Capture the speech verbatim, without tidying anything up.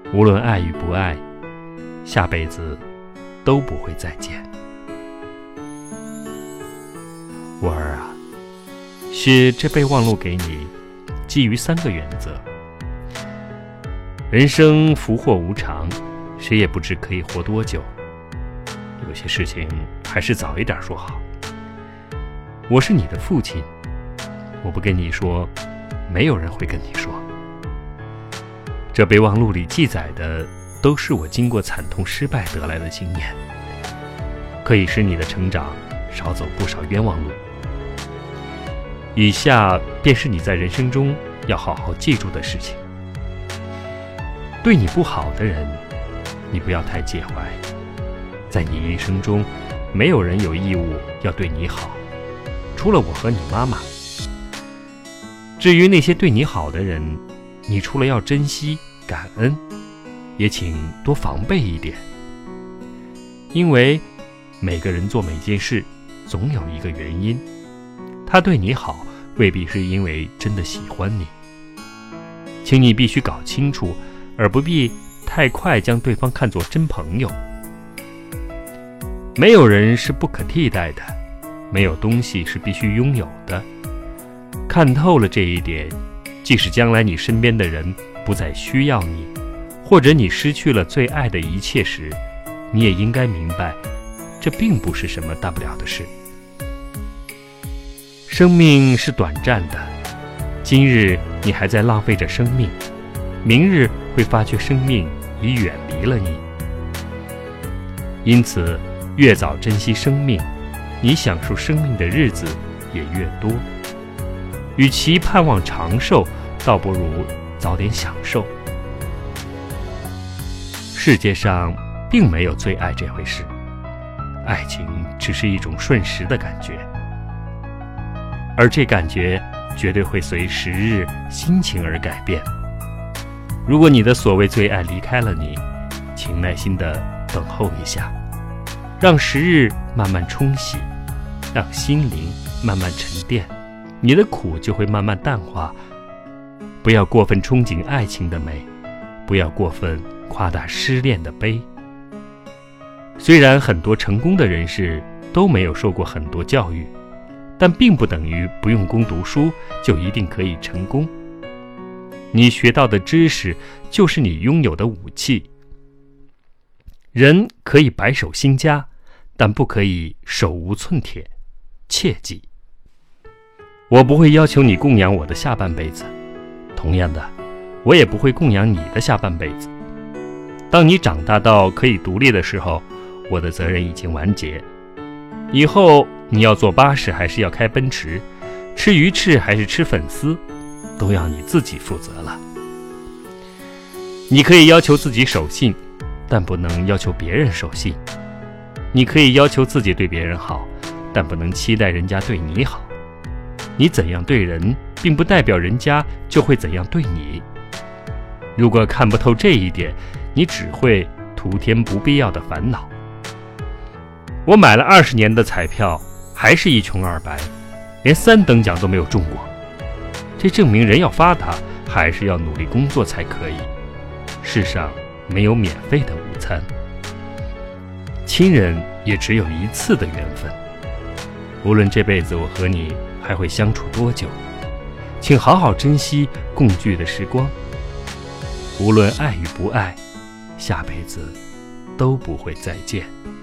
无论爱与不爱，下辈子都不会再见。我儿啊，写这备忘录给你，基于三个原则。人生福祸无常，谁也不知可以活多久，有些事情还是早一点说好。我是你的父亲，我不跟你说，没有人会跟你说。这备忘录里记载的都是我经过惨痛失败得来的经验，可以使你的成长少走不少冤枉路。以下便是你在人生中要好好记住的事情。对你不好的人，你不要太介怀，在你一生中，没有人有义务要对你好，除了我和你妈妈。至于那些对你好的人，你除了要珍惜感恩，也请多防备一点，因为每个人做每件事总有一个原因，他对你好未必是因为真的喜欢你，请你必须搞清楚，而不必太快将对方看作真朋友。没有人是不可替代的，没有东西是必须拥有的。看透了这一点，即使将来你身边的人不再需要你，或者你失去了最爱的一切时，你也应该明白，这并不是什么大不了的事。生命是短暂的，今日你还在浪费着生命，明日会发觉生命已远离了你。因此，越早珍惜生命，你享受生命的日子也越多。与其盼望长寿，倒不如早点享受。世界上并没有最爱这回事，爱情只是一种瞬时的感觉，而这感觉绝对会随时日心情而改变。如果你的所谓最爱离开了你，请耐心地等候一下，让时日慢慢冲洗，让心灵慢慢沉淀，你的苦就会慢慢淡化。不要过分憧憬爱情的美，不要过分夸大失恋的悲。虽然很多成功的人士都没有受过很多教育，但并不等于不用功读书就一定可以成功。你学到的知识就是你拥有的武器。人可以白手兴家，但不可以手无寸铁，切记。我不会要求你供养我的下半辈子，同样的，我也不会供养你的下半辈子。当你长大到可以独立的时候，我的责任已经完结。以后你要坐巴士还是要开奔驰，吃鱼翅还是吃粉丝，都要你自己负责了。你可以要求自己守信，但不能要求别人守信。你可以要求自己对别人好，但不能期待人家对你好。你怎样对人，并不代表人家就会怎样对你。如果看不透这一点，你只会徒添不必要的烦恼。我买了二十年的彩票，还是一穷二白，连三等奖都没有中过。这证明人要发达，还是要努力工作才可以。世上没有免费的午餐，亲人也只有一次的缘分。无论这辈子我和你还会相处多久，请好好珍惜共聚的时光。无论爱与不爱，下辈子都不会再见。